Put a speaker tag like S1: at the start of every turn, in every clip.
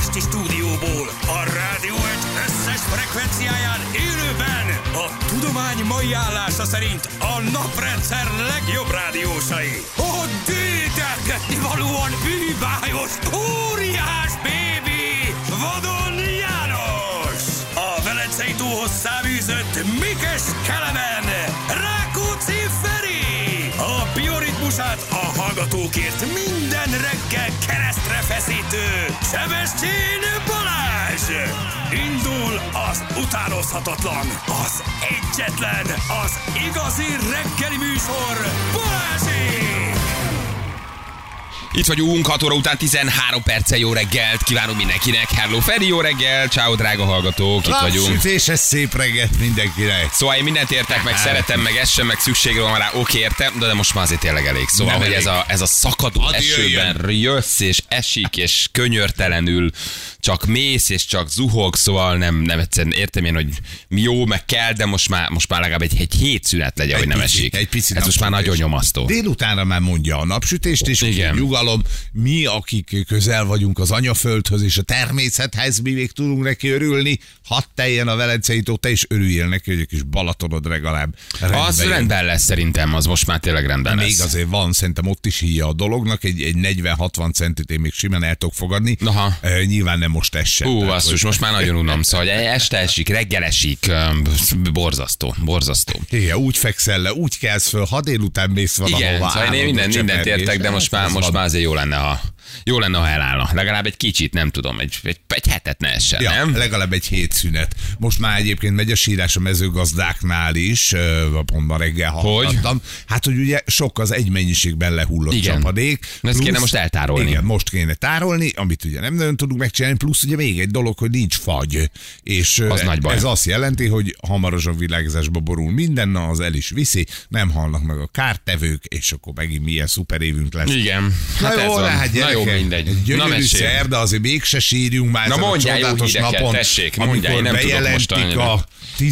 S1: budapesti stúdióból, a Rádió Egy összes frekvenciáján élőben a tudomány mai állása szerint a naprendszer legjobb rádiósai. A dédelgetni valóan bűbájos, óriás bébi, Vadon János! A Velencei tóhoz száműzött Mikes Kelemen, Rákóczi Feri! A bioritmusát a hallgatókért minden reggel keresztre feszítő Sebestyén Balázs! Indul az utánozhatatlan, az egyetlen, az igazi reggeli műsor, Balázsék!
S2: Itt vagyunk, 6 óra után 13 perccel jó reggelt kívánunk mindenkinek. Hello Feri, jó reggel, ciao drága hallgatók, itt vagyunk.
S3: Napsütéses szép reggelt mindenkinek.
S2: Szóval én mindent értek, meg szeretem, meg ez sem, meg szükségre van rá, oké, értem, de most már azért tényleg elég. Szóval,
S3: nem
S2: hogy
S3: elég.
S2: ez a szakadó esőben jössz, és esik, és könyörtelenül csak mész, és csak zuhog, szóval nem egyszerűen értem én, hogy jó, meg kell, de most már legalább egy hét szünet legyen, hogy nem esik.
S3: Egy pici
S2: ez most már nagyon nyomasztó.
S3: Délutánra már mondja a napsütést, és
S2: Igen.
S3: nyugalom. Mi, akik közel vagyunk az anyaföldhöz és a természethez, mi még tudunk neki örülni. Hadd teljen a Velencei tó, te is örüljél neki, hogy egy kis Balatonod legalább
S2: Az
S3: jön.
S2: rendben lesz szerintem, az most már tényleg rendben lesz.
S3: Még azért van, szerintem ott is híja a dolognak, egy 40-60 centit én még simán el tudok fogadni.
S2: Aha.
S3: Nyilván nem most essen.
S2: Basszus, most már nagyon unom, szóval este esik, reggel esik, borzasztó.
S3: Igen, úgy fekszel le, úgy kelsz föl, ha délután mész valahova.
S2: Igen, szóval én mindent értek, de most már
S3: van.
S2: azért jó lenne, ha elállna. Legalább egy kicsit, nem tudom, egy hetet ne essen,
S3: Ja,
S2: nem?
S3: legalább egy hétszünet. Most már egyébként megy a sírás a mezőgazdáknál is, pont ma reggel hallgattam. Hát, hogy ugye sok az egy mennyiségben lehullott csapadék.
S2: Ezt kéne most eltárolni.
S3: Igen, most kéne tárolni, amit ugye nem nagyon tudunk megcsinálni, plusz ugye még egy dolog, hogy nincs fagy. És
S2: az nagy baj.
S3: Ez azt jelenti, hogy hamarosan világzásba borul minden, na az el is viszi, nem halnak meg a kártevők, és akkor megint milyen szuper évünk lesz.
S2: Igen, hát ez van. Na jó, mindegy.
S3: Egy gyönyörű szerda, azért mégse sírjunk már ezen a csodálatos napon,
S2: tessék, mondjál, én nem tudok most
S3: bejelentik a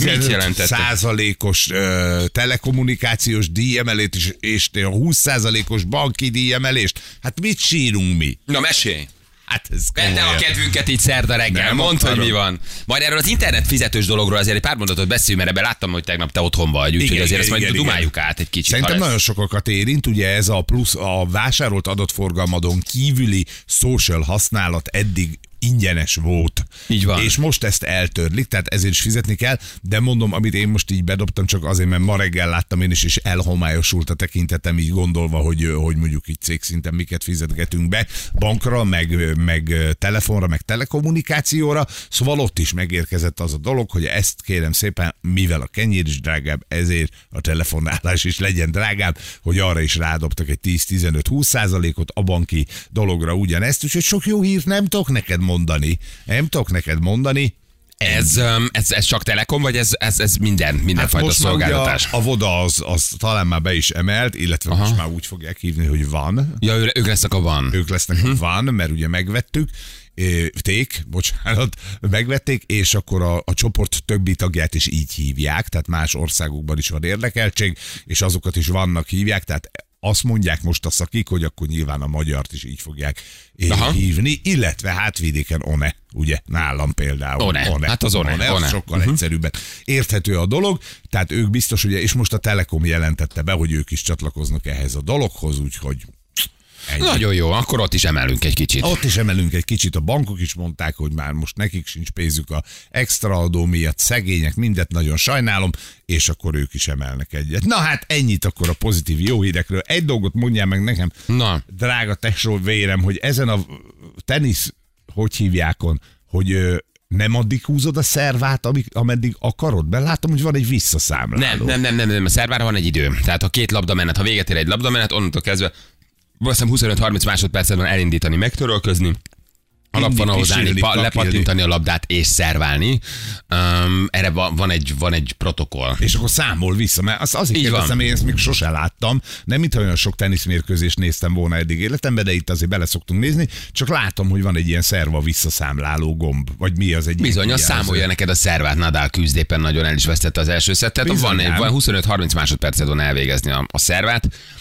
S3: 15%-os telekommunikációs díjemelést és a 20%-os banki díjemelést. Hát mit sírunk mi?
S2: Na mesélj!
S3: Hát ez
S2: Vedd el a kedvünket így szerda reggel,
S3: Nem
S2: mondd, hogy
S3: akarom.
S2: mi van. Majd erről az internet fizetős dologról azért egy pár mondatot beszéljünk, mert ebben láttam, hogy tegnap te otthon vagy, úgyhogy
S3: Igen,
S2: azért ezt majd
S3: igen,
S2: dumáljuk át egy kicsit.
S3: Szerintem nagyon sokakat érint, ugye ez a plusz a vásárolt adatforgalmadon kívüli social használat eddig ingyenes volt.
S2: Így van.
S3: És most ezt eltörlik, tehát ezért is fizetni kell, de mondom, amit én most így bedobtam, csak azért, mert ma reggel láttam én is, és elhomályosult a tekintetem így gondolva, hogy mondjuk így cégszinten miket fizetgetünk be, bankra, meg telefonra, meg telekommunikációra, szóval ott is megérkezett az a dolog, hogy ezt kérem szépen, mivel a kenyér is drágább, ezért a telefonálás is legyen drágább, hogy arra is rádobtak egy 10-15-20%-ot, a banki dologra ugyanezt, úgyhogy sok jó hírt nem tudok neked mondani.
S2: Ez csak Telekom, vagy ez mindenfajta
S3: most
S2: szolgáltatás?
S3: A Voda az talán már be is emelt, illetve most már úgy fogják hívni, hogy van.
S2: Ja, ők lesznek a van.
S3: Ők lesznek a van, mert ugye megvették, és akkor a csoport többi tagját is így hívják, tehát más országokban is van érdekeltség, és azokat is vannak hívják, tehát azt mondják most a szakik, hogy akkor nyilván a magyart is így fogják hívni, illetve hát vidéken ONE, ugye, nálam például.
S2: ONE. Hát az ONE.
S3: Az sokkal egyszerűbben érthető a dolog, tehát ők biztos, ugye, és most a Telekom jelentette be, hogy ők is csatlakoznak ehhez a dologhoz, úgyhogy ennyi.
S2: Nagyon jó, akkor ott is emelünk egy kicsit.
S3: Ott is emelünk egy kicsit, a bankok is mondták, hogy már most nekik sincs pénzük a extra adó miatt, szegények, mindet nagyon sajnálom, és akkor ők is emelnek egyet. Na hát ennyit akkor a pozitív jó hírekről. Egy dolgot mondjál meg nekem, drága tesó vérem, hogy ezen a tenisz, hogy hívjákon, hogy nem addig húzod a szervát, ameddig akarod? Mert látom, hogy van egy visszaszámláló.
S2: Nem, a szervára van egy idő. Tehát a két labdamenet, ha véget ér egy labdamenet, onnantól kezdve azt hiszem 25-30 másodpercet van elindítani, megtörölközni, alap van ahhoz állni, lepattintani a labdát és szerválni. Erre van egy protokoll.
S3: És akkor számol vissza, mert azért kérdezem, én ezt még sose láttam. Nem mint olyan sok teniszmérkőzést néztem volna eddig életemben, de itt azért bele szoktunk nézni, csak látom, hogy van egy ilyen szerva visszaszámláló gomb. Vagy mi az egy?
S2: Bizony, az számolja neked a szervát. Nadal küzd éppen nagyon el is vesztette az első szettet. Van 25-30 másodpercet van elvégezni a szervát,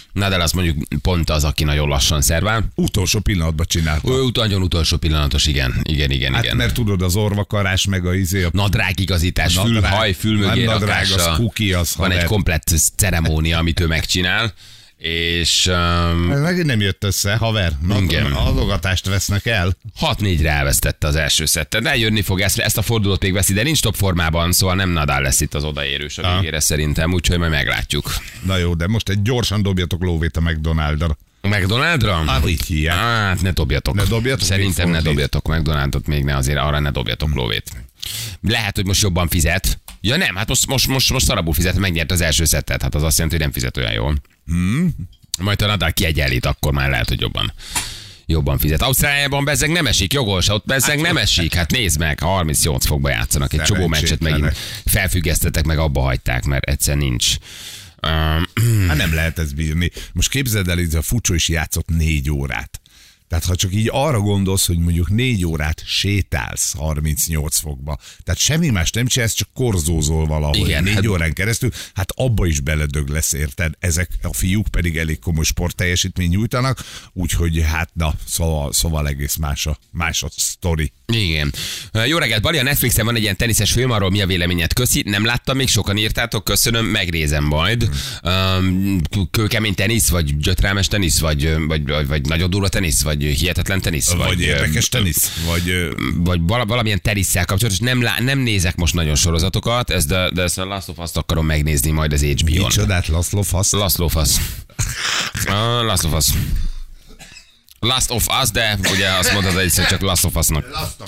S2: Nadal az mondjuk pont az, aki nagyon lassan szervál.
S3: Utolsó pillanatban csinálta.
S2: Ő nagyon utolsó pillanatos, igen.
S3: Hát mert tudod, az orvakarás, meg a
S2: nadrágigazítás, fülhaj, fülmögé rakása.
S3: Az kuki, az
S2: van egy komplett ceremónia, amit ő megcsinál. És...
S3: Megint nem jött össze, haver. Adogatást vesznek el.
S2: 6-4-re elvesztette az első szettet. De jönni fog, ezt a fordulót még veszi, de nincs top formában, szóval nem Nadal lesz itt az odaérős a végére szerintem, úgyhogy majd meglátjuk.
S3: Na jó, de most egy gyorsan dobjatok lóvét a McDonaldra.
S2: McDonaldra?
S3: Így hívják.
S2: Hát ne dobjatok.
S3: Ne dobjatok?
S2: Szerintem ne dobjatok McDonaldot még ne, azért arra ne dobjatok lóvét. Lehet, hogy most jobban fizet. Ja nem, hát most szarabul fizet, megnyert az első szettet. Hát az azt jelenti, hogy nem fizet olyan jól. Majd ha Nadal kiegyenlít, akkor már lehet, hogy jobban fizet. Ausztráliában bezzeg nem esik, jogos, ott bezzeg nem esik. Hát nézd meg, 38 fokba játszanak. Egy csomó meccset megint felfüggesztettek, meg abba hagyták, mert egyszer nincs.
S3: Hát nem lehet ezt bírni. Most képzeld el, hogy a Fucsó is játszott 4 órát. Tehát ha csak így arra gondolsz, hogy mondjuk 4 órát sétálsz 38 fokba, tehát semmi más nem csinálsz, csak korzózol valahogy. Igen, 4 órán keresztül, hát abba is beledög lesz, érted? Ezek a fiúk pedig elég komoly sportteljesítményt nyújtanak, úgyhogy hát na, szóval egész más a sztori.
S2: Igen. Jó reggelt, Bali, a Netflixen van egy ilyen teniszes film, arról mi a véleményed? Köszi, nem láttam, még sokan írtátok, köszönöm, megnézem majd. Kőkemény tenisz, vagy gyötrelmes tenisz, vagy nagyon durva tenisz, vagy hihetetlen tenisz,
S3: vagy érdekes tenisz,
S2: vagy valamilyen tenisszel kapcsolatos. Nem nézek most nagyon sorozatokat, de ezt a Last of Us-t akarom megnézni majd az HBO-n.
S3: Micsodát, Last of Us?
S2: Last of Us. Last of Us, de ugye azt mondod egyszer csak Last of Us-nak.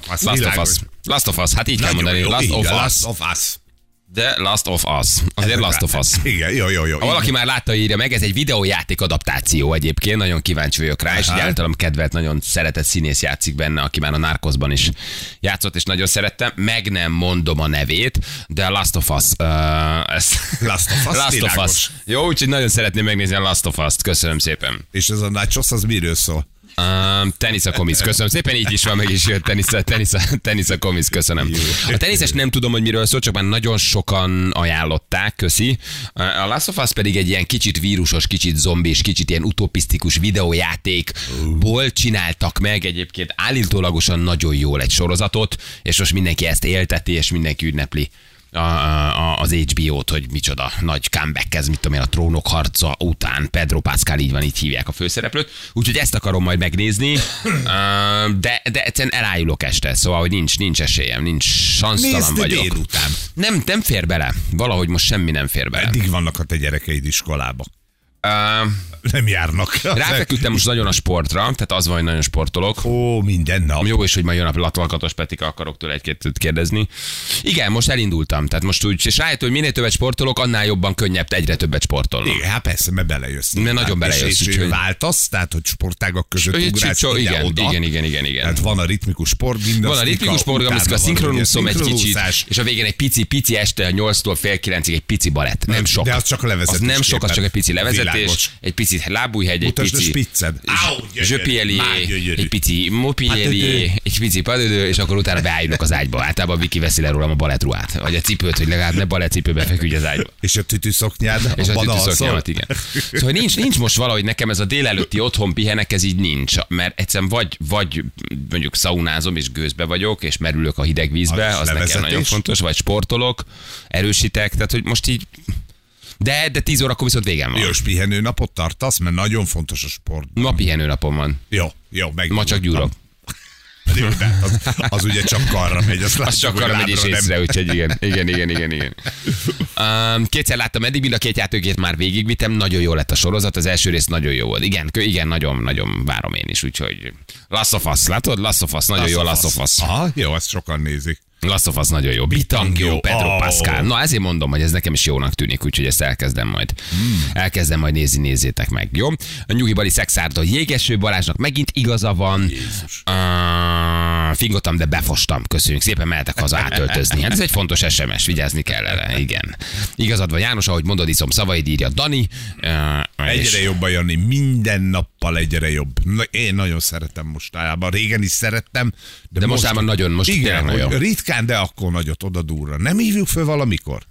S2: Last of Us, hát így kell mondani. Last of Us. De Last of Us. Azért Last of Us.
S3: Igen, jó.
S2: Ha valaki már látta, írja meg, ez egy videójáték adaptáció egyébként, nagyon kíváncsi vagyok rá, és egy általam kedvelt, nagyon szeretett színész játszik benne, aki már a Narcosban is játszott, és nagyon szerettem. Meg nem mondom a nevét, de Last of Us.
S3: Last of Us.
S2: Jó, úgyhogy nagyon szeretném megnézni a Last of Us-t. Köszönöm szépen.
S3: És ez a Nachos, az miről szól?
S2: Tenisz a komisz, köszönöm szépen, így is van, meg is jött tenisz a komisz, köszönöm. A teniszes nem tudom, hogy miről szól, csak már nagyon sokan ajánlották, köszi. A Last of Us pedig egy ilyen kicsit vírusos, kicsit zombis, kicsit ilyen utopisztikus videójátékból csináltak meg egyébként állítólagosan nagyon jól egy sorozatot, és most mindenki ezt élteti, és mindenki ünnepli az HBO-t, hogy micsoda nagy comeback ez, mit tudom én, a Trónok harca után Pedro Pascal, így van, így hívják a főszereplőt, úgyhogy ezt akarom majd megnézni, de egyszerűen elájulok este, szóval, hogy nincs esélyem, nincs sansztalan vagyok.
S3: Délután.
S2: Nem fér bele, valahogy most semmi nem fér bele.
S3: Eddig vannak a te gyerekeid iskolába. Nem járnak.
S2: Ráfeküdtem most nagyon a sportra, tehát az van, hogy nagyon sportolok.
S3: Ó, minden nap.
S2: Jó, és hogy majd jön a Latvakatos Petika, akarok tőle egy-két kérdezni. Igen, most elindultam, tehát most úgy, és rájött, hogy minél többet sportolok, annál jobban könnyebb egyre többet sportolnom.
S3: Igen, hát persze, mert belejössz.
S2: Mert nagyon belejössz.
S3: És váltasz, tehát hogy sportágak között ugrálsz ide-oda.
S2: Igen.
S3: Tehát van a ritmikus sportgimnasztika.
S2: Van a ritmikus sportgimnasztika, a szinkronúszom egy kicsit, és a végén egy pici este 8-tól fél 9-ig egy pici balett. Nem sok.
S3: De az csak a levezetés.
S2: Az nem sok, az csak egy pici levezetés, egy pici lábújhegy, egy pici zsöpielié, egy pici mopielié, egy pici padödő, és akkor utána beálljuk az ágyba. Általában Viki veszi le rólam a balettruhát, vagy a cipőt, hogy legalább ne balettcipőbe feküdj az ágyba.
S3: És a tütűszoknyád?
S2: És a tütűszoknyámat, igen. Szóval nincs most valahogy nekem ez a délelőtti otthon pihenek, ez így nincs. Mert egyszerűen vagy mondjuk szaunázom, és gőzbe vagyok, és merülök a hideg vízbe, az nekem nagyon fontos, vagy sportolok, erősítek, tehát hogy most így. De 10 órakor viszont végem van.
S3: Jó, és pihenőnapot tartasz, mert nagyon fontos a sport.
S2: Ma pihenőnapom van.
S3: Jó, meg.
S2: Ma csak gyúrok.
S3: Az ugye csak karra megy.
S2: Az csak karra megy és észre, úgyhogy igen. Kétszer láttam eddig, mind a 2 játékét már végigvittem, nagyon jó lett a sorozat, az első rész nagyon jó volt. Igen, nagyon várom én is, úgyhogy Last of Us, látod? Last of Us, nagyon jó Last of Us.
S3: Aha, jó, ezt sokan nézik.
S2: Last of Us nagyon jó. Bitangio, Pedro Pascal. Na ezért mondom, hogy ez nekem is jónak tűnik, úgyhogy ezt elkezdem majd. Elkezdem majd nézzétek meg, jó? A Nyugi Bali Szexárdon Jégeső Balázsnak megint igaza van. Fingottam, de befostam. Köszönjük szépen, mehetek haza átöltözni. Hát ez egy fontos SMS, vigyázni kell erre. Igen. Igazad van, János, ahogy mondod, iszom szavaid, írja Dani.
S3: Egyre jobb a Jani, minden nappal egyre jobb. Én nagyon szeretem mostában. Régen is szerettem,
S2: de mostában nagyon, most
S3: igen,
S2: nagyon.
S3: Ritkán, de akkor nagyot oda durra. Nem hívjuk föl valamikor?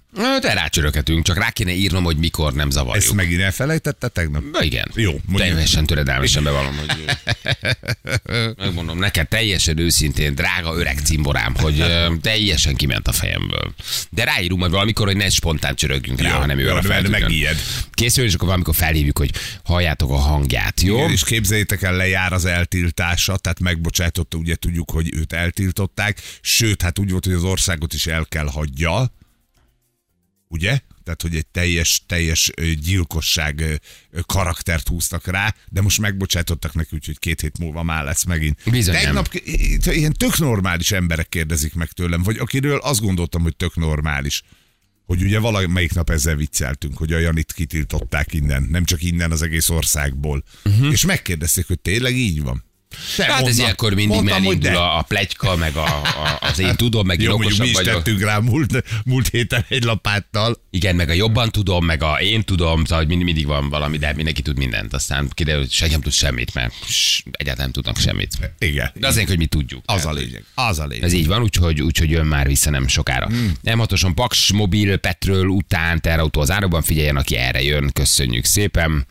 S2: De rácsörökhetünk, csak rá kéne írnom, hogy mikor nem zavarjuk.
S3: Ezt megint elfelejtette tegnap?
S2: Igen.
S3: Jó,
S2: teljesen töredelmesen bevallom, hogy megmondom neked teljesen őszintén, drága öreg cimborám, hogy teljesen kiment a fejemből. De ráírunk majd valamikor, hogy ne spontán csörögjünk rá, hanem ő a feltűnőn.
S3: Megijed.
S2: Készül, és akkor valamikor felhívjuk, hogy halljátok a hangját, jó?
S3: Igen, és képzeljétek el, lejár az eltiltása, tehát megbocsátotta, ugye tudjuk, hogy őt eltiltották, sőt, hát úgy volt, hogy az országot is el kell hagyja, ugye? Tehát, hogy egy teljes gyilkosság karaktert húztak rá, de most megbocsátottak neki, úgyhogy 2 hét múlva már lesz megint.
S2: Bizony.
S3: Tegnap ilyen tök normális emberek kérdezik meg tőlem, vagy akiről azt gondoltam, hogy tök normális. Hogy ugye valamelyik nap ezzel vicceltünk, hogy a Janit kitiltották innen, nem csak innen, az egész országból. És megkérdezték, hogy tényleg így van.
S2: Hát ez ilyenkor mindig elindul a pletyka, meg az én tudom, meg én okosabb
S3: vagyok. Mi is tettünk rá múlt héten egy lapáttal.
S2: Igen, meg a jobban tudom, meg a én tudom, szóval mindig van valami, de mindenki tud mindent. Aztán kiderül, hogy senki nem tud semmit, mert egyáltalán nem tudnak semmit.
S3: Igen.
S2: De azért, hogy mi tudjuk.
S3: Az a lényeg. Az a lényeg.
S2: Ez így van, úgyhogy jön már vissza nem sokára. M6-oson Paks, Mobil, Petrol után, teherautó az árokban, figyeljen, aki erre jön, köszönjük szépen.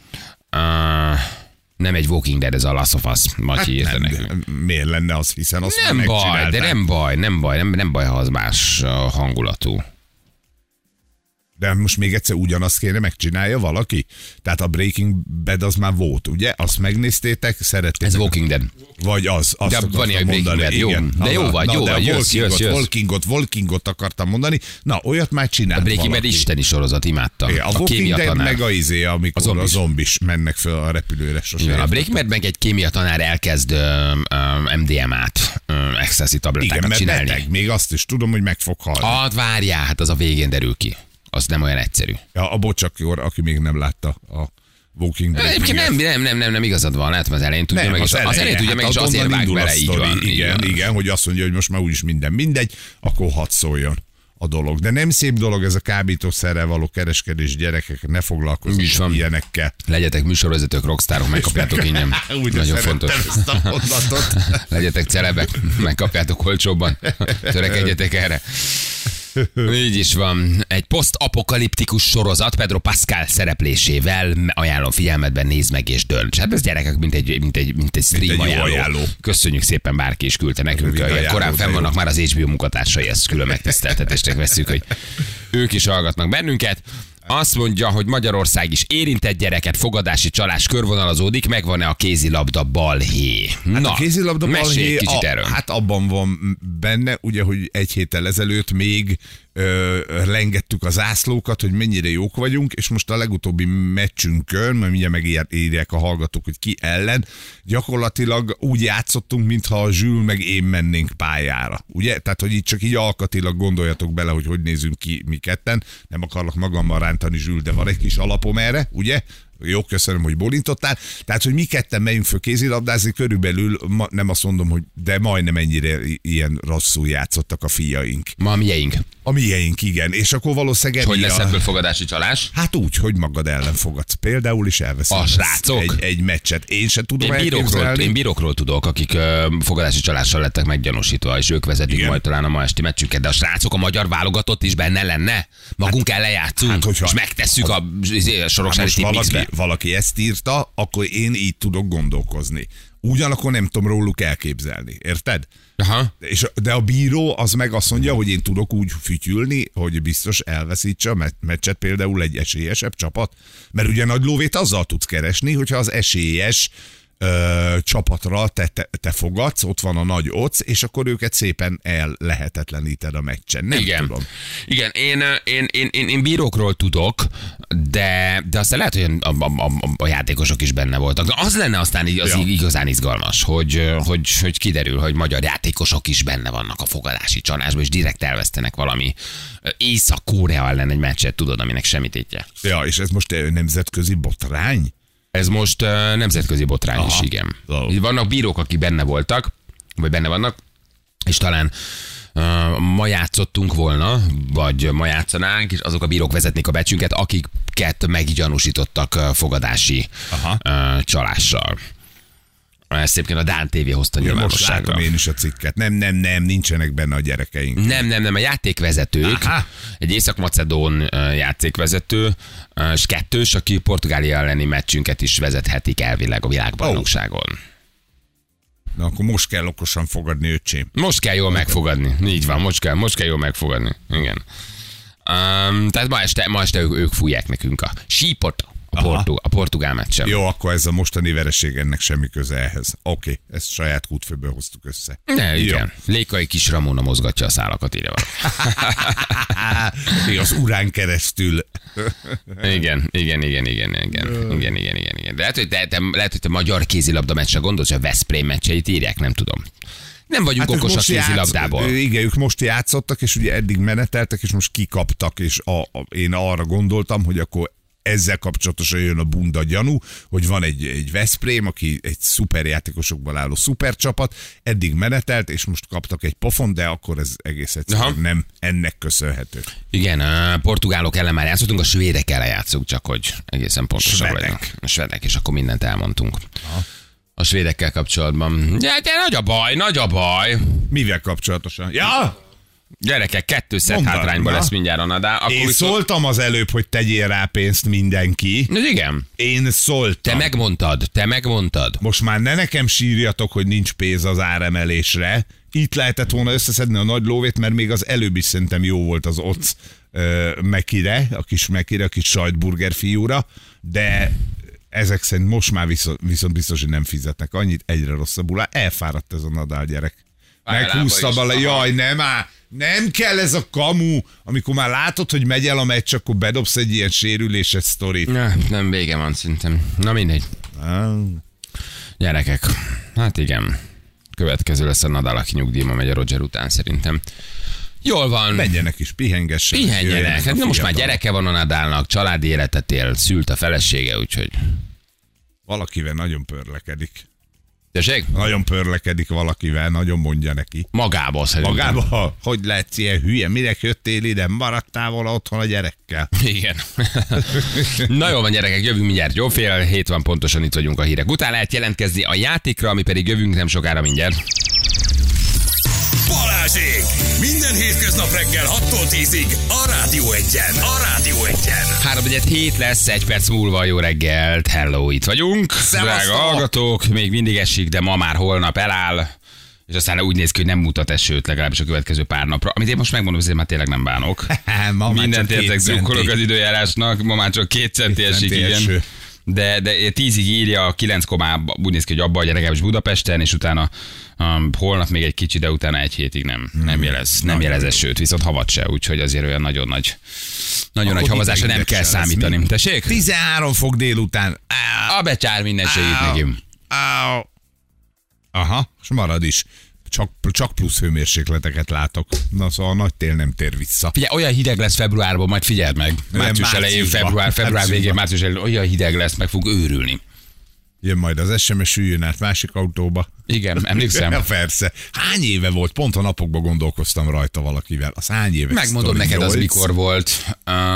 S2: Nem egy Walking Dead, ez a Last of Us, Matyi írta nekünk.
S3: Miért lenne az, hiszen azt
S2: nem baj, de nem baj, ha az más hangulatú.
S3: De most még egyszer ugyanazt kéne megcsinálja valaki? Tehát a Breaking Bad az már volt, ugye? Azt megnéztétek, szerettétek?
S2: Ez Walking Dead.
S3: Vagy az, azt
S2: de van ilyen
S3: mondani.
S2: Bad, jó.
S3: Igen.
S2: De jó vagy, jössz.
S3: Walkingot akartam mondani. Na, olyat már csinált
S2: A Breaking Bad isteni sorozat, imádtam.
S3: Igen, a Walking Dead meg a amikor a zombis mennek föl a repülőre.
S2: Igen, a Breaking Badben egy kémiatanár elkezd MDMA-t, ecstasy tablettákat csinálni. Igen,
S3: beteg, még azt is tudom, hogy meg fog halni.
S2: Hát várjál, hát az a végén derül ki. Az nem olyan egyszerű.
S3: Ja, a bocsakjor, aki még nem látta a Walking Dead.
S2: Egyébként nem igazad van, lehet, az elején tudja meg, az elején tudja meg, és azért vág bele, így van.
S3: Igen, hogy azt mondja, hogy most már úgyis minden mindegy, akkor hadd szóljon a dolog. De nem szép dolog ez a kábítószerrel való kereskedés, gyerekek, ne foglalkozzanak ilyenekkel.
S2: Legyetek műsorvezetők, rockstárok, megkapjátok ingyen. Nagyon fontos. Legyetek celebek, megkapjátok olcsóbban. Törekedjetek erre. Így is van. Egy posztapokaliptikus sorozat Pedro Pascal szereplésével, ajánlom figyelmetben, nézd meg és dönts. Hát ez gyerekek, mint egy stream ajánló. Köszönjük szépen, bárki is küldte nekünk. Korán fenn vannak már az HBO munkatársai, ezt külön megtiszteltetésnek veszük, hogy ők is hallgatnak bennünket. Azt mondja, hogy Magyarország is érintett gyereket, fogadási csalás körvonalazódik, megvan-e a kézilabda balhé?
S3: Hát a kézilabda balhé,
S2: kicsit erről.
S3: Hát abban van benne, ugye, hogy egy héttel ezelőtt még lengettük a zászlókat, hogy mennyire jók vagyunk, és most a legutóbbi meccsünkön, mert mindjárt megírják a hallgatók, hogy ki ellen, gyakorlatilag úgy játszottunk, mintha a Zsül meg én mennénk pályára. Ugye? Tehát, hogy így csak így alkatilag gondoljatok bele, hogy nézünk ki mi ketten. Nem akarlak magammal rántani, Zsül, de van egy kis alapom erre, ugye? Jó, köszönöm, hogy bolintottál. Tehát, hogy mi ketten megyünk föl kézilabdázni, körülbelül nem azt mondom, hogy de majdnem ennyire ilyen rosszul játszottak a fiaink.
S2: Ma a mieink.
S3: A mieink, igen. És akkor valószínűleg...
S2: Hogy lesz ebből fogadási csalás?
S3: Hát úgy, hogy magad ellen fogadsz. Például is elveszed egy meccset. Én sem tudom elképzelni.
S2: Én bírókról tudok, akik fogadási csalással lettek meggyanúsítva, és ők vezetik majd talán a ma esti meccsünket. De a srácok, a magyar válogatott is benne lenne? Magunk ellen játszunk, és megtesszük a Soroksári Tipmixbe.
S3: Valaki ezt írta, akkor én így tudok gondolkozni. Ugyanakkor nem tudom róluk elképzelni. Érted?
S2: Aha.
S3: De a bíró az meg azt mondja, hogy én tudok úgy fütyülni, hogy biztos elveszítse a meccset például egy esélyesebb csapat. Mert ugye nagy lóvét azzal tudsz keresni, hogyha az esélyes csapatra te fogadsz, ott van a nagy oc, és akkor őket szépen lehetetleníted a meccsen. Nem tudom.
S2: Igen, én bírókról tudok, de aztán lehet, hogy a játékosok is benne voltak. De az lenne aztán igazán izgalmas, hogy kiderül, hogy magyar játékosok is benne vannak a fogadási csalásban, és direkt elvesztenek valami Észak-Korea ellen egy meccset, tudod, aminek semmi tétje.
S3: Ja, és ez most nemzetközi botrány?
S2: Ez most nemzetközi botrány is, igen. Vannak bírók, akik benne voltak, vagy benne vannak, és talán ma játszottunk volna, vagy ma játszanánk, és azok a bírók vezetnék a meccsünket, akiket meggyanúsítottak fogadási csalással. Ezt egyébként a Dán TV hozta
S3: Most
S2: nyilvánosságra.
S3: látom én is a cikket. Nem, nincsenek benne a gyerekeink.
S2: Nem, a játékvezetők,
S3: Aha.
S2: egy észak-macedón játékvezető, és kettős, aki Portugália elleni meccsünket is vezethetik elvileg a világbajnokságon.
S3: Na akkor most kell okosan fogadni, öcsém.
S2: Most kell jól megfogadni. Így van, most kell jól megfogadni. Igen. Tehát ma este ők fújják nekünk a sípot a portugál meccsen.
S3: Jó, akkor ez a mostani vereség, ennek semmi köze ehhez. Oké, ezt saját kútfőből hoztuk össze.
S2: Igen. Lékai kis Ramona mozgatja a szálakat, írja
S3: Még az urán keresztül.
S2: Igen. De lehet, hogy te magyar kézilabda meccsre gondolsz, hogy a Veszprém meccseit írják, nem tudom. Nem vagyunk okosak kézilabdából.
S3: Igen, ők most játszottak, és ugye eddig meneteltek, és most kikaptak, és én arra gondoltam, hogy akkor ezzel kapcsolatosan jön a bunda gyanú, hogy van egy Veszprém, aki egy szuperjátékosokból álló szupercsapat, eddig menetelt, és most kaptak egy pofon, de akkor ez egész egyszerűen nem ennek köszönhető.
S2: Igen, a portugálok ellen már játszottunk, a svédek ellen játszunk, csak hogy egészen pontosan legyünk. A svédek, és akkor mindent elmondtunk. Aha. A svédekkel kapcsolatban. De nagy a baj.
S3: Mivel kapcsolatosan? Ja!
S2: Gyerekek, 2 szett hátrányban lesz mindjárt a Nadal.
S3: Én szóltam az előbb, hogy tegyél rá pénzt mindenki.
S2: Igen.
S3: Én szóltam.
S2: Te megmondtad.
S3: Most már ne nekem sírjatok, hogy nincs pénz az áremelésre. Itt lehetett volna összeszedni a nagy lóvét, mert még az előbb is szerintem jó volt az Otz Mekire, a kis sajtburger fiúra, de ezek szerint most már viszont biztos, hogy nem fizetnek annyit, egyre rosszabbul. Elfáradt ez a Nadal gyerek. Meghúzta bele, jaj, nem kell ez a kamu, amikor már látod, hogy megy el a meccs, akkor bedobsz egy ilyen sérüléses sztorit.
S2: Nem, vége van szerintem. Na mindegy. Gyerekek, hát igen. Következő lesz a Nadal, aki nyugdíjba megy a Roger után szerintem. Jól van.
S3: Menjenek is, pihengessenek.
S2: Pihenjenek. Hát most már gyereke van a Nadalnak, családi életet él, szült a felesége, úgyhogy...
S3: Valakivel nagyon pörlekedik.
S2: Tessék?
S3: Nagyon pörlekedik valakivel, nagyon mondja neki.
S2: Magába szerintem.
S3: Magába? Hogy lehetsz ilyen hülye? Minek jöttél ide? Maradtál volna otthon a gyerekkel?
S2: Igen. Na jól van, gyerekek, jövünk mindjárt. Jó, fél 7 van pontosan, itt vagyunk a hírek után. Lehet jelentkezni a játékra, ami pedig jövünk nem sokára mindjárt.
S1: Balázsék! Minden hétköznap reggel 6-tól 10-ig a Rádió 1-en.
S2: 3-7 lesz, 1 perc múlva. Jó reggelt, hello, itt vagyunk. Drága hallgatók, még mindig esik, de ma már holnap eláll. És aztán úgy néz ki, hogy nem mutat esőt, legalábbis a következő pár napra. Amit én most megmondom, azért már tényleg nem bánok. Mindent értek, drukkolok az időjárásnak, ma már csak 2 centi esik, igen. De 10-ig írja, 9 komában úgy néz ki, hogy abba, hogy legalábbis Budapesten, és utána holnap még egy kicsi, de utána 1 hétig nem jelez esőt, viszont havat se, úgyhogy azért olyan nagyon nagy havazásra nem kell számítani. Tessék?
S3: 13 fok délután.
S2: A becsár minden segít nekünk.
S3: Aha, és marad is. Csak plusz hőmérsékleteket látok. Na szóval a nagy tél nem tér vissza.
S2: Figyelj, olyan hideg lesz februárban, majd figyeld meg. Március elején, február végén, március elején olyan hideg lesz, meg fog őrülni.
S3: Jön majd az SMS, üljön át másik autóba.
S2: Igen, emlékszem.
S3: Ja, persze. Hány éve volt? Pont a napokban gondolkoztam rajta valakivel. Az hány éve?
S2: Megmondom neked, 8? Az mikor volt.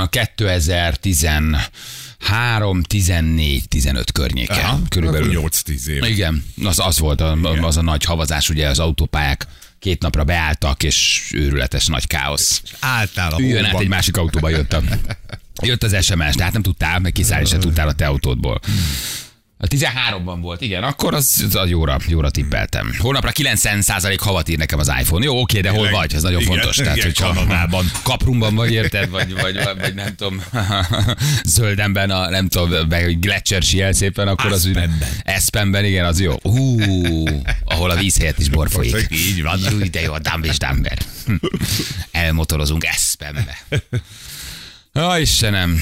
S2: 2013, 14, 15 környéken.
S3: Aha,
S2: körülbelül
S3: 8-10 év.
S2: Igen, az volt az a nagy havazás, ugye az autópályák 2 napra beálltak, és őrületes nagy káosz.
S3: Álltál a
S2: Üljön át egy másik autóba jöttem. Jött az SMS, de hát nem tudtál, meg kiszállni se tudtál a te autódból. A 13-ban volt, igen, akkor az jóra tippeltem. Holnapra 90% havat ír nekem az iPhone. Jó, oké, de hol vagy? Ez nagyon fontos.
S3: Igen,
S2: tehát, hogy
S3: Kanadában.
S2: Kaprumban vagy, érted? Vagy nem tudom, Zöldenben, nem tudom, Gletscher jel szépen, akkor az Aspenben, igen, az jó. Ahol a víz helyett is bor folyik.
S3: Így van.
S2: Jú, de jó, a Dumb és Dumber. Elmotorozunk Aspenbe. Istenem.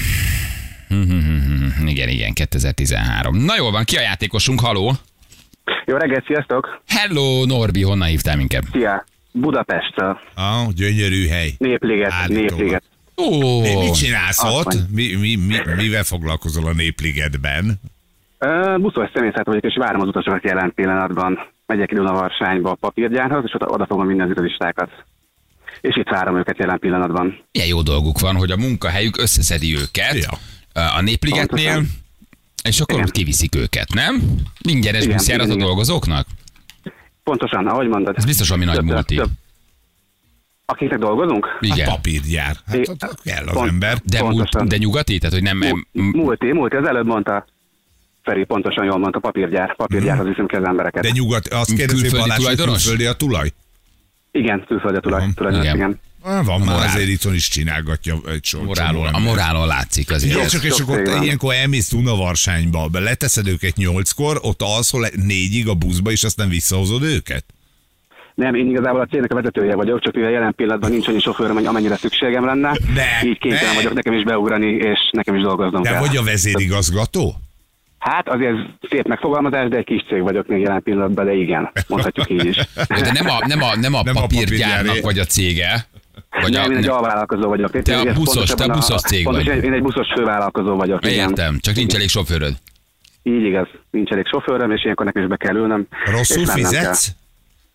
S2: Igen, 2013. Na jól van, ki a játékosunk? Haló?
S4: Jó reggelt, sziasztok!
S2: Hello, Norbi, honnan hívtál minket?
S4: Szia! Budapestről.
S3: Gyönyörű hely.
S4: Népliget.
S3: Mit csinálsz ott? Mivel foglalkozol a Népligetben?
S4: Buszos személyzet vagyok, és várom az utasokat jelen pillanatban. Megyek ide a Varsányba a papírgyárhoz, és oda fogom vinni az turistákat. És itt várom őket jelen pillanatban.
S2: Ilyen jó dolguk van, hogy a munkahelyük összeszedi őket. Ja. A Népligetnél És akkor
S4: Igen.
S2: úgy kiviszik őket, nem? Ingyenes
S4: Igen,
S2: buszjárat a
S4: igen, igen.
S2: dolgozóknak?
S4: Pontosan, ahogy mondod.
S2: Ez biztos ami nagy multi.
S4: Akiknek dolgozunk?
S3: Hát
S2: Igen.
S3: papírgyár. Hát ott kell az
S4: Pont.
S3: ember.
S4: Pontosan.
S2: De nyugati? Tehát, hogy nem...
S4: Multi, az előbb mondta. Feri pontosan jól mondta, papírgyárhoz viszünk ki az embereket.
S3: De nyugat, azt kérdezi,
S2: Külföldi
S3: Balázs, hogy
S2: tulajdonos?
S3: külföldi a tulaj?
S4: Igen, külföldi tulajdonos,
S2: Igen.
S4: igen.
S3: Van már
S2: morál.
S3: azért itthon is csinálgatja egy csomó
S2: A
S3: ember.
S2: morálon látszik azért.
S3: Igen, csak és
S4: sok
S3: akkor
S4: van.
S3: ilyenkor elmész Dunavarságnyba, leteszed őket 8-kor, ott alszol 4-ig a buszba, és aztán visszahozod őket?
S4: Nem, én igazából a cégnek a vezetője vagyok, csak ő a jelen pillanatban nincs annyi sofőröm, amennyire szükségem lenne. Így kénytelen vagyok nekem is beugrani, és nekem is dolgoznom
S3: De
S4: kell.
S3: vagy a vezérigazgató?
S4: Hát azért szép megfogalmazás, de egy kis cég vagyok még jelen pillanatban, de igen, mondhatjuk így is.
S2: De nem a
S3: Nem a
S2: papírgyárnak
S3: papírgyáré.
S2: vagy a cége. Vagy
S4: Nem, én egy
S2: nem.
S4: alvállalkozó vagyok.
S2: Te a buszos cég vagy.
S4: Én egy buszos fővállalkozó vagyok. Igen.
S2: Értem, csak nincs elég sofőröd.
S4: Így igaz, nincs elég sofőröm, és ilyenkor nekem is be kell ülnöm.
S3: Rosszul
S4: és mennem
S3: fizetsz?
S4: kell.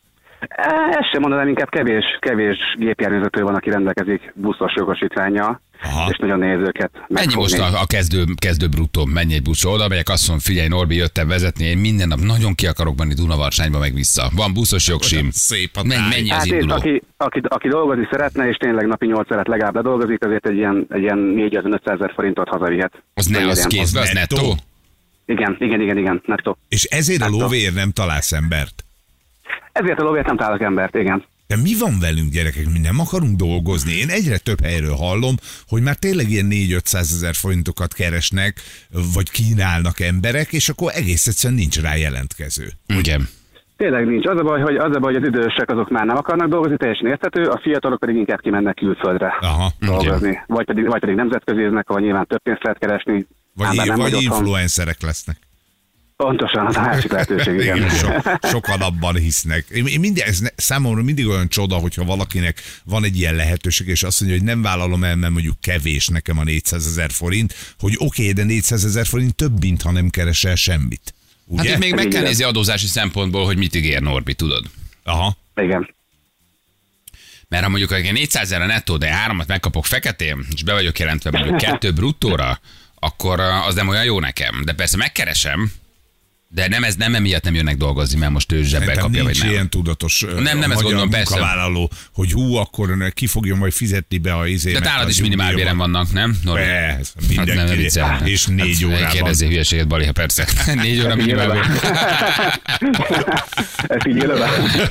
S4: Ezt sem mondanám, inkább kevés gépjárművezető van, aki rendelkezik buszos jogosítvánnyal,
S3: Aha.
S4: és nagyon nehéz őket
S2: Mennyi
S4: megfogni.
S2: most a kezdő bruttó? Mennyi egy buszra? Oda megyek, azt mondom, figyelj Norbi, jöttem vezetni, én minden nap nagyon ki akarok menni Dunavarságnyba meg vissza. Van buszos jogsim.
S3: Szép a
S2: Mennyi,
S3: táj.
S2: mennyi az
S4: Hát
S2: induló?
S4: aki dolgozni szeretne, és tényleg napi 8 órát legalább ledolgozik, azért egy ilyen 400 000 forintot hazavihet.
S2: Az ne, az
S4: Könnyedén.
S2: kézbe, az
S3: nettó?
S2: nettó?
S4: Igen, nettó.
S3: És ezért a
S4: Hát,
S3: lóvéért nem találsz embert?
S4: Ezért a lóvért nem találok embert, igen.
S3: De mi van velünk, gyerekek? Mi nem akarunk dolgozni. Én egyre több helyről hallom, hogy már tényleg ilyen 400-500 ezer forintokat keresnek, vagy kínálnak emberek, és akkor egész egyszerűen nincs rá jelentkező.
S2: Igen.
S4: Tényleg nincs. Az a baj, hogy az idősek azok már nem akarnak dolgozni, teljesen érthető, a fiatalok pedig inkább kimennek külföldre
S3: Aha.
S4: dolgozni. Vagy pedig nemzetközieznek, ahol nyilván több pénzt lehet keresni. ám bár nem
S3: Vagy
S4: otthon.
S3: influencerek lesznek.
S4: Pontosan, az a másik lehetőség, igen.
S3: Igen, sokan abban hisznek. Számomra mindig olyan csoda, hogyha valakinek van egy ilyen lehetőség, és azt mondja, hogy nem vállalom el, mert mondjuk kevés nekem a 400 000 forint, hogy oké, de 400 000 forint több, mint ha nem keresel semmit. Ugye?
S2: Hát itt még meg kell
S4: Igen.
S2: nézni adózási szempontból, hogy mit ígér Norbi, tudod?
S3: Aha.
S4: Igen.
S2: Mert ha mondjuk 400 000 a nettó, de 3-at megkapok feketén, és be vagyok jelentve mondjuk 2 bruttóra, akkor az nem olyan jó nekem. De persze megkeresem, de nem emiatt nem jönnek dolgozni, mert most ő zsebbe
S3: Szerintem
S2: kapja, vagy
S3: nincs
S2: nem.
S3: ilyen tudatos
S2: Nem, ezt
S3: magyar
S2: gondolom, persze.
S3: munkavállaló, hogy akkor ki fogja majd fizetni be a izémet.
S2: De nálad is minimálbéren vannak, nem? Norbi?
S3: Persze,
S2: Hát nem
S3: mindenki.
S2: viccelem.
S3: És 4 órában.
S2: Kérdezi hülyeséget, Bali, ha persze. 4 óra minimálbér.
S4: Ez így élőben?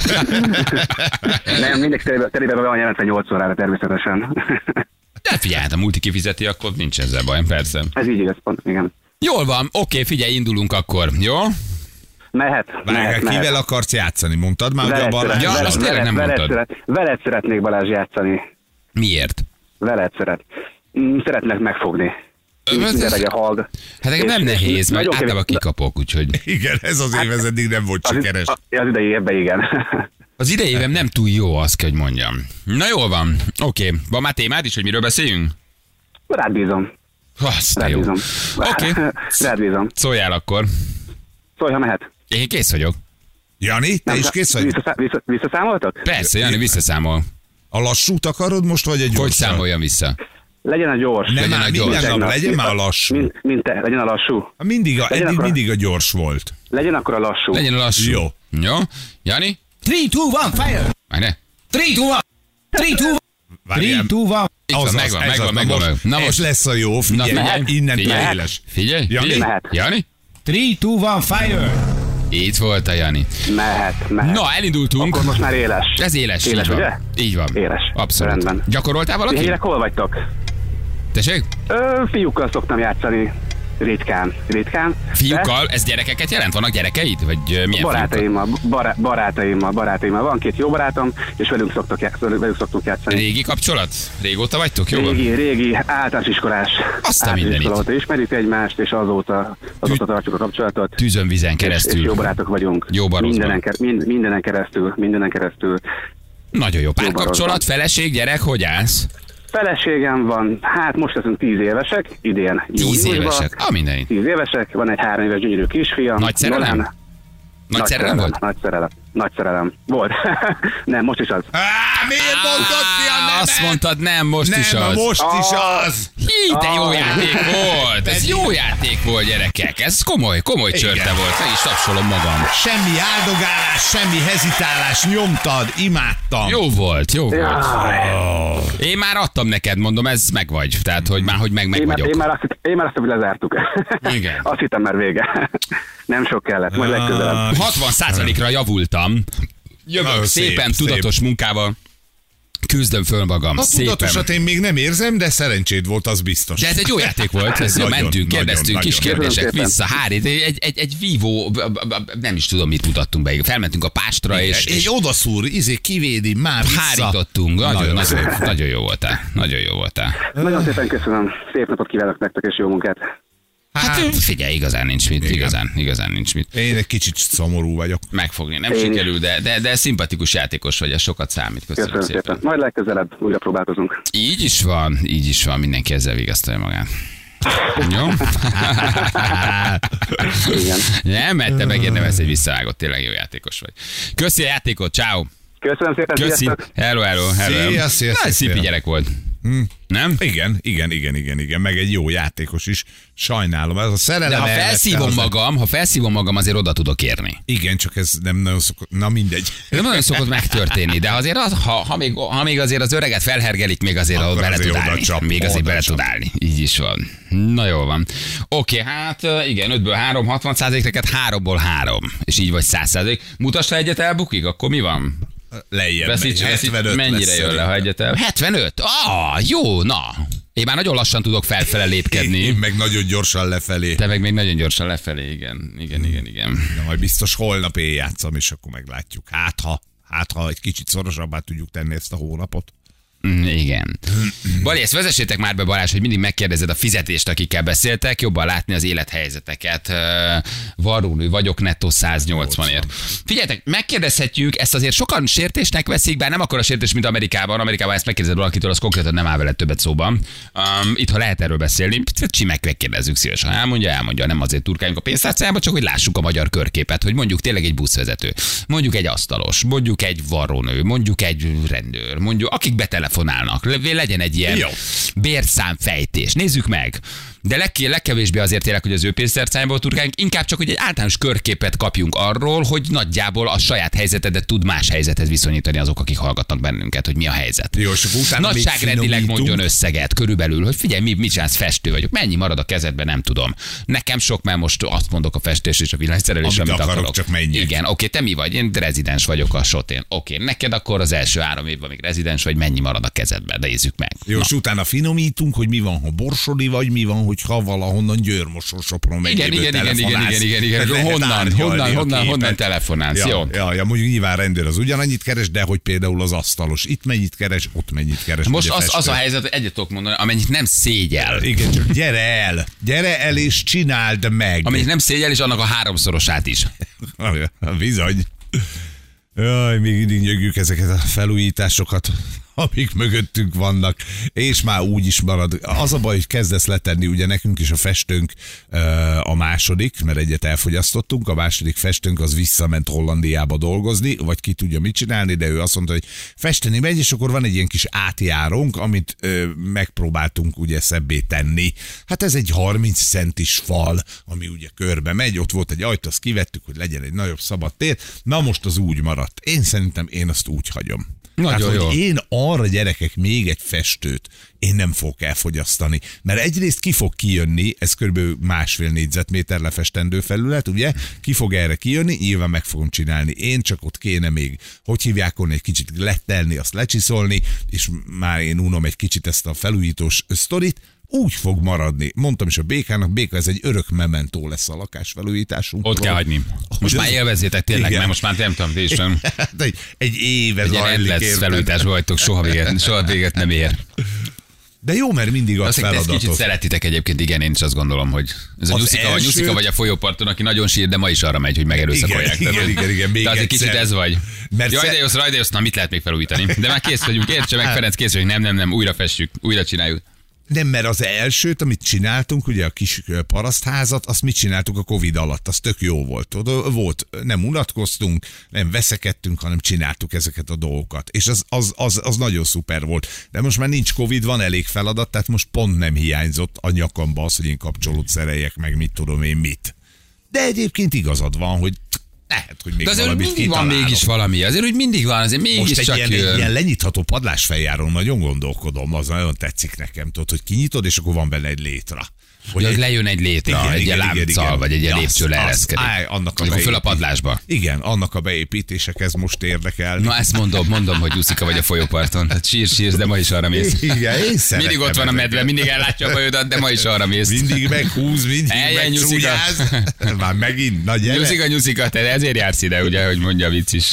S4: Nem, mindig terében van jelentve 8 órára természetesen.
S2: De figyelj, hát a multi kifizeti, akkor nincs ezzel baj, persze.
S4: Ez így igaz, pont, igen.
S2: Jól van, oké, figyelj, indulunk akkor, jó?
S4: Mehet.
S3: Kivel akarsz játszani? Mondtad már, hogy a Balázs?
S2: Ja, azt tényleg nem mondtad.
S4: Veled szeretnék, Balázs, játszani.
S2: Miért?
S4: Veled szeretnek megfogni. Minden legyen hallg.
S2: Hát nekem nem nehéz, mert
S4: nagyon
S2: általában
S4: kevés-
S2: kikapok, úgyhogy
S3: Igen, ez az év ez eddig nem volt sikeres.
S4: Az idei évben igen.
S2: az idei évem nem túl jó, azt kell, hogy mondjam. Na jól van, oké. Van már témád is, hogy miről beszéljünk?
S4: Rád bízom.
S2: Azt jó. Oké,
S4: Rád bízom.
S2: szóljál akkor.
S4: Szólj, ha mehet.
S2: Én kész vagyok.
S3: Jani, te is kész vagy?
S4: Visszaszámoltok?
S2: Persze, Jani visszaszámol.
S3: A lassút akarod most, vagy egy
S2: Hogy
S3: gyorsat?
S2: számoljam vissza?
S4: Legyen a gyors.
S3: Nem,
S2: Legyen
S3: már
S2: a gyors.
S3: minden nap
S4: Tegnap.
S3: legyen már a lassú.
S4: Mint te, legyen a lassú.
S3: Eddig
S4: akkor-
S3: mindig a gyors volt.
S4: Legyen akkor a lassú.
S2: Legyen a lassú.
S3: Jó.
S2: Jó? Jani?
S5: 3, 2, 1, fire!
S2: Várj, ne.
S5: 3, 2, 1! 3, 2, 1!
S3: Várjál.
S5: 3, 2, 1!
S2: Itt van, megvan. Na
S3: Ez
S2: most,
S3: lesz a jó,
S2: na
S3: figyelj,
S2: figyelj,
S3: innentől
S2: figyelj.
S3: éles.
S2: Figyelj,
S3: Jani?
S2: figyelj.
S4: Mehet.
S2: Jani?
S5: 3, 2, 1, fire!
S2: Itt volt a Jani.
S4: Mehet.
S2: Na, elindultunk.
S4: Akkor most már éles.
S2: Ez éles,
S4: Éles,
S2: így van.
S4: ugye?
S2: Így van.
S4: Éles.
S2: Abszolút.
S4: Rendben.
S2: Gyakoroltál valaki?
S4: Helyileg hol vagytok?
S2: Tessék?
S4: Fiúkkal szoktam játszani. Ritkán.
S2: Fiúkkal, ez gyerekeket jelent? Vannak gyerekeid? Vagy milyen fiúkkal?
S4: Barátaimmal. Van 2 jó barátom, és velük szoktunk játszani.
S2: Régi kapcsolat? Régóta vagytok? Jó?
S4: Régi, általános iskolás.
S2: Azt a mindenit.
S4: Általános iskola óta ismerjük egymást, és azóta tartjuk a kapcsolatot.
S2: Tűzön, vizen
S4: És
S2: keresztül.
S4: jó barátok vagyunk.
S2: Jó barozban.
S4: Mindenen keresztül.
S2: Nagyon jó.
S4: barozban.
S2: Párkapcsolat, feleség, gyerek, hogy állsz?
S4: Feleségem van, hát most leszünk 10 évesek, idén
S2: 10
S4: júniusban.
S2: évesek. A mindenit.
S4: 10 évesek, van egy 3 éves gyönyörű kisfia.
S2: Nagy szerelem?
S4: Nolan.
S2: Nagy szerelem volt?
S4: Nagy szerelem. Volt. Nem, most is az.
S3: Miért mondtad ki a nemet?
S2: Azt mondtad, nem, most is
S3: Nem,
S2: az.
S3: most is az.
S2: Hí, de jó játék volt. Ez jó játék volt, gyerekek. Ez komoly csörte volt. Meg is tapsolom magam.
S3: Semmi áldogálás, semmi hezitálás, nyomtad, imádtam.
S2: Jó volt. Én már adtam neked, mondom, ez meg vagy. Tehát, hogy már, hogy meg vagyok.
S4: Én már azt hittem, hogy lezártuk.
S2: Igen.
S4: Azt hittem már vége. Nem sok kellett, majd legközelebb.
S2: 60%-ra javultam. Jövök
S3: Nagyon
S2: szépen,
S3: szép,
S2: tudatos munkával. Küzdöm föl magam.
S3: A
S2: Szépen.
S3: tudatosat én még nem érzem, de szerencséd volt, az biztos.
S2: De ez egy jó játék volt, ezt jó,
S3: Nagyon,
S2: mentünk, kérdeztünk,
S3: nagyon,
S2: kis
S3: nagyon.
S2: kérdések,
S4: Köszönöm
S2: vissza, hárít, egy vívó, nem is tudom, mit mutattunk be, felmentünk a Pástra, és
S3: Egy odaszúr, kivédi, már vissza.
S2: hárítottunk, nagyon jó voltál, nagyon jó voltál.
S4: Nagyon szépen köszönöm. Szép napot kívánok nektek, és jó munkát.
S2: Hát figyelj, igazán nincs mit, igazán nincs mit
S3: Én egy kicsit szomorú vagyok.
S2: megfogni. Nem
S4: Én
S2: sikerül, de szimpatikus játékos vagy, ez sokat számít. Köszönöm
S4: Köszönöm
S2: szépen.
S4: szépen. Majd legközelebb újra próbálkozunk.
S2: Így is van, mindenki ezzel vigasztalja magát. Jó?
S4: Igen.
S2: Nem, mert te megérdemelsz egy visszavágott, tényleg jó játékos vagy. Köszi a játékot, ciao.
S4: Köszönöm szépen,
S2: Köszi.
S4: sziasztok!
S2: Hello.
S3: Szia.
S2: Na, szipi gyerek volt. Nem?
S3: Igen. Meg egy jó játékos is. Sajnálom. Ez a szerelem
S2: De ha
S3: elvette
S2: felszívom magam, azért oda tudok érni.
S3: Igen, csak ez nem nagyon szokott. Na mindegy.
S2: Nem nagyon szokott megtörténni, de azért ha még azért az öreget felhergelik, még azért
S3: Akkor
S2: bele
S3: azért
S2: tud állni.
S3: odacsap,
S2: Még azért bele
S3: odacsap.
S2: tud állni. Így is van. Na jól van. Oké, hát igen, 5-ből 3, 60%, neked 3-ból 3. És így vagy 100%. Mutasd, ha egyet elbukik, akkor mi van?
S3: Lejjebb.
S2: Veszíts,
S3: 75
S2: mennyire
S3: lesz
S2: jön le, ha
S3: szerintem.
S2: egyet el? 75? Jó, na. Én már nagyon lassan tudok felfele lépkedni.
S3: Én meg nagyon gyorsan lefelé.
S2: Te meg még nagyon gyorsan lefelé, igen.
S3: De majd biztos holnap játszom, és akkor meglátjuk. Hát ha egy kicsit szorosabbá tudjuk tenni ezt a hónapot.
S2: Igen. Bali, ezt vezessétek már be, Balázs, hogy mindig megkérdezed a fizetést, akikkel beszéltek, jobban látni az élethelyzeteket. Varrónő vagyok, nettó 180-ért. Figyeljetek, megkérdezhetjük, ezt azért sokan sértésnek veszik, bár nem akkor a sértés, mint Amerikában. Amerikában ezt megkérdezed valakitől, az konkrétan nem áll veled többet szóban. Itt, ha lehet erről beszélni, megkérdezzük szívesen. Elmondja, nem azért turkáljunk a pénztárcájába, csak hogy lássuk a magyar körképet, hogy mondjuk tényleg egy buszvezető, mondjuk egy asztalos, mondjuk egy varrónő, mondjuk egy rendőr, mondjuk akik betelefonálnak, legyen egy ilyen bérszámfejtés. Nézzük meg. De legkevésbé azért tényleg, hogy az ő pénztárcájából turkáljunk, inkább csak, hogy egy általános körképet kapjunk arról, hogy nagyjából a saját helyzetedet tud más helyzethez viszonyítani azok, akik hallgatnak bennünket, hogy mi a helyzet.
S3: Jó, és akkor utána még
S2: Nagyságrendileg
S3: finomítunk.
S2: mondjon összeget körülbelül, hogy figyelj, mit csinálsz, festő vagyok, mennyi marad a kezedben, nem tudom. Nekem sok, mert most azt mondok a festés és a villanyszerelés,
S3: Amit
S2: amit
S3: akarok, csak mennyi.
S2: Igen, oké, te mi vagy? Én rezidens vagyok a Sotén. Oké, neked akkor az első 3 évben még rezidens vagy, mennyi marad a kezedben, de nézzük meg.
S3: Jó, és utána finomítunk, hogy mi van, ha Borsodi vagy, mi van, hogyha valahonnan Győr-Moson Sopron megyéből telefonálsz.
S2: Igen. Honnan telefonálsz, jó?
S3: Ja, mondjuk nyilván rendőr az ugyanannyit keres, de hogy például az asztalos itt mennyit keres, ott mennyit keres.
S2: Most
S3: vagy
S2: az a helyzet, hogy egyet tudok mondani, amennyit nem szégyel.
S3: Igen, csak gyere el és csináld meg.
S2: Amennyit nem szégyel, és annak a 3-szorosát is.
S3: Bizony. Jaj, még mindig nyögjük ezeket a felújításokat, amik mögöttünk vannak, és már úgy is marad. Az a baj, hogy kezdesz letenni, ugye nekünk is a festőnk a második, mert egyet elfogyasztottunk, a második festőnk az visszament Hollandiába dolgozni, vagy ki tudja mit csinálni, de ő azt mondta, hogy festeni megy, és akkor van egy ilyen kis átjárónk, amit megpróbáltunk ugye szebbé tenni. Hát ez egy 30 centis fal, ami ugye körbe megy, ott volt egy ajtó, azt kivettük, hogy legyen egy nagyobb szabad tér, na most az úgy maradt. Én szerintem én azt úgy hagyom.
S2: Nagyon jó.
S3: Hogy én arra, gyerekek, még egy festőt én nem fogok elfogyasztani. Mert egyrészt ki fog kijönni, ez kb. 1,5 négyzetméter lefestendő felület, ugye? Ki fog erre kijönni, nyilván meg fogom csinálni. Én csak ott kéne még, hogy hívják onnan, egy kicsit lettelni, azt lecsiszolni, és már én unom egy kicsit ezt a felújítós sztorit, úgy fog maradni. Mondtam is a Békának, Béka, ez egy örök mementó lesz a lakásfelújításunk.
S2: Ott kell hagyni. Most már élvezzétek tényleg,
S3: Igen.
S2: mert most már nem tudom, ti sem.
S3: egy éve
S2: Ilyen
S3: zajlik,
S2: endless
S3: érted?
S2: felújításban vagytok, soha véget nem ér.
S3: De jó, mert mindig ad
S2: Azt ezt
S3: feladatot.
S2: kicsit szeretitek egyébként, igen, én is azt gondolom, hogy ez a
S3: Az
S2: nyuszika
S3: elsőt-
S2: vagy a folyóparton, aki nagyon sír, de ma is arra megy, hogy megerőszakolják.
S3: Igen, még
S2: de azért
S3: egyszer.
S2: kicsit ez vagy.
S3: Mert
S2: Jaj, de jössz, na mit lehet még felújítani? De már kész vagyunk, értse meg, Ferenc, kész vagyunk, nem, újra festjük, újra csináljuk.
S3: Nem, mert az elsőt, amit csináltunk, ugye a kis parasztházat, azt mit csináltuk a Covid alatt, az tök jó volt. Oda volt, nem unatkoztunk, nem veszekedtünk, hanem csináltuk ezeket a dolgokat. És az nagyon szuper volt. De most már nincs Covid, van elég feladat, tehát most pont nem hiányzott a nyakamba az, hogy én kapcsolót szereljek, meg mit tudom én mit. De egyébként igazad van, hogy lehet, hogy még
S2: de azért
S3: valamit
S2: mindig van
S3: kitalálok.
S2: mégis valami, azért úgy mindig van, azért mégis
S3: Most
S2: csak
S3: egy ilyen lenyitható padlásfeljáron nagyon gondolkodom, az nagyon tetszik nekem, tudod, hogy kinyitod, és akkor van benne egy létra.
S2: hogy lejön egy létre, egy ilyen lánccal, vagy egy ilyen lépcső leereszkedik. Akkor föl a padlásba.
S3: Igen, annak a beépítések, ez most érdekel.
S2: Na ezt mondom, hogy úszik vagy a folyóparton. Tehát sírsz, de ma is arra mész.
S3: Igen, én szeretem.
S2: Mindig ott van a medve, mindig ellátja a bajodat, de ma is arra mész.
S3: Mindig meghúz, mindig megcsúlyáz. Már megint, na gyere.
S2: Nyuszika, te ezért jársz ide, ugye, hogy mondja a vicc is.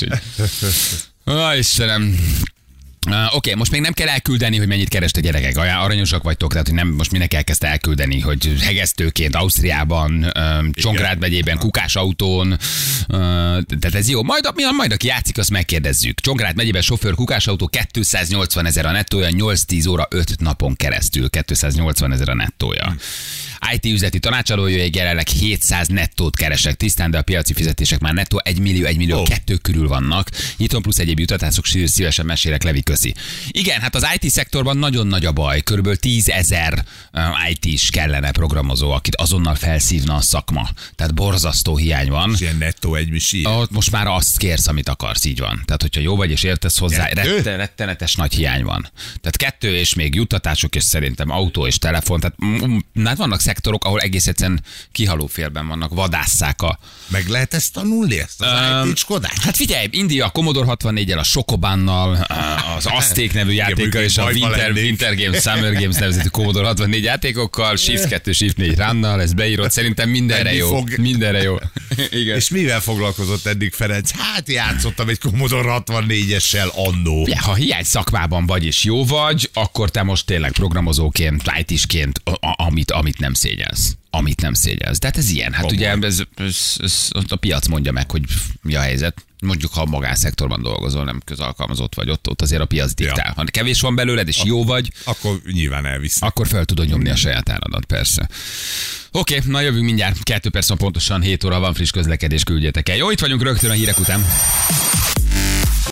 S2: Ó, Istenem. Oké, most még nem kell elküldeni, hogy mennyit kerest a gyerekek. Aranyosak vagytok, tehát hogy nem, most mindenki elkezdte elküldeni, hogy hegesztőként Ausztriában, Csongrád megyében, kukásautón. Tehát ez jó. Majd aki játszik, azt megkérdezzük. Csongrád megyében sofőr kukásautó 280 000 a nettója, 8-10 óra 5 napon keresztül. 280 000 a nettója. IT üzleti tanácsadója jelenleg 700 nettót keresek tisztán, de a piaci fizetések már nettó 1 millió 2 körül vannak. Nyitom plusz egyéb jutatások, szívesen mesélek, Levi, köszi. Igen, hát az IT szektorban nagyon nagy a baj. Körülbelül 10 000 IT-s kellene programozó, akit azonnal felszívna a szakma. Tehát borzasztó hiány van.
S3: És ilyen nettó egy misi.
S2: Most már azt kérsz, amit akarsz, így van. Tehát, hogyha jó vagy és értesz hozzá, rettenetes nagy hiány van. Tehát 2 és még juttatások, és szerintem autó és telefon. Tehát vannak szektorok, ahol egész egyszerűen kihaló félben vannak, vadásszák a...
S3: Meg lehet ezt tanulni, ezt az IT-skodást?
S2: Hát figyelj, India a Commodore 64-el, a Sokobánnal, az Azték nevű játékkal, és a Winter Games, Summer Games nevezetű Commodore 64 játékokkal, Shift 2, Shift 4 runnal, ez beírod, szerintem mindenre jó. Mindenre jó. Igen.
S3: És mivel foglalkozott eddig Ferenc? Hát játszottam egy Commodore 64-essel annó.
S2: Ja, ha hiány szakmában vagy és jó vagy, akkor te most tényleg programozóként, IT-sként, amit nem szégyelsz. Amit nem szégyelsz. Tehát ez ilyen. Hát ugye ez a piac mondja meg, hogy mi a helyzet. Mondjuk, ha a magánszektorban dolgozol, nem közalkalmazott vagy, ott azért a piac diktál. Ha kevés van belőled, és jó vagy,
S3: akkor nyilván elvisz.
S2: Akkor fel tudod nyomni a saját áradat, persze. Oké, na jövünk mindjárt. 2 perc pontosan 7 óra van friss közlekedés, küldjetek el. Jó, itt vagyunk rögtön a hírek után.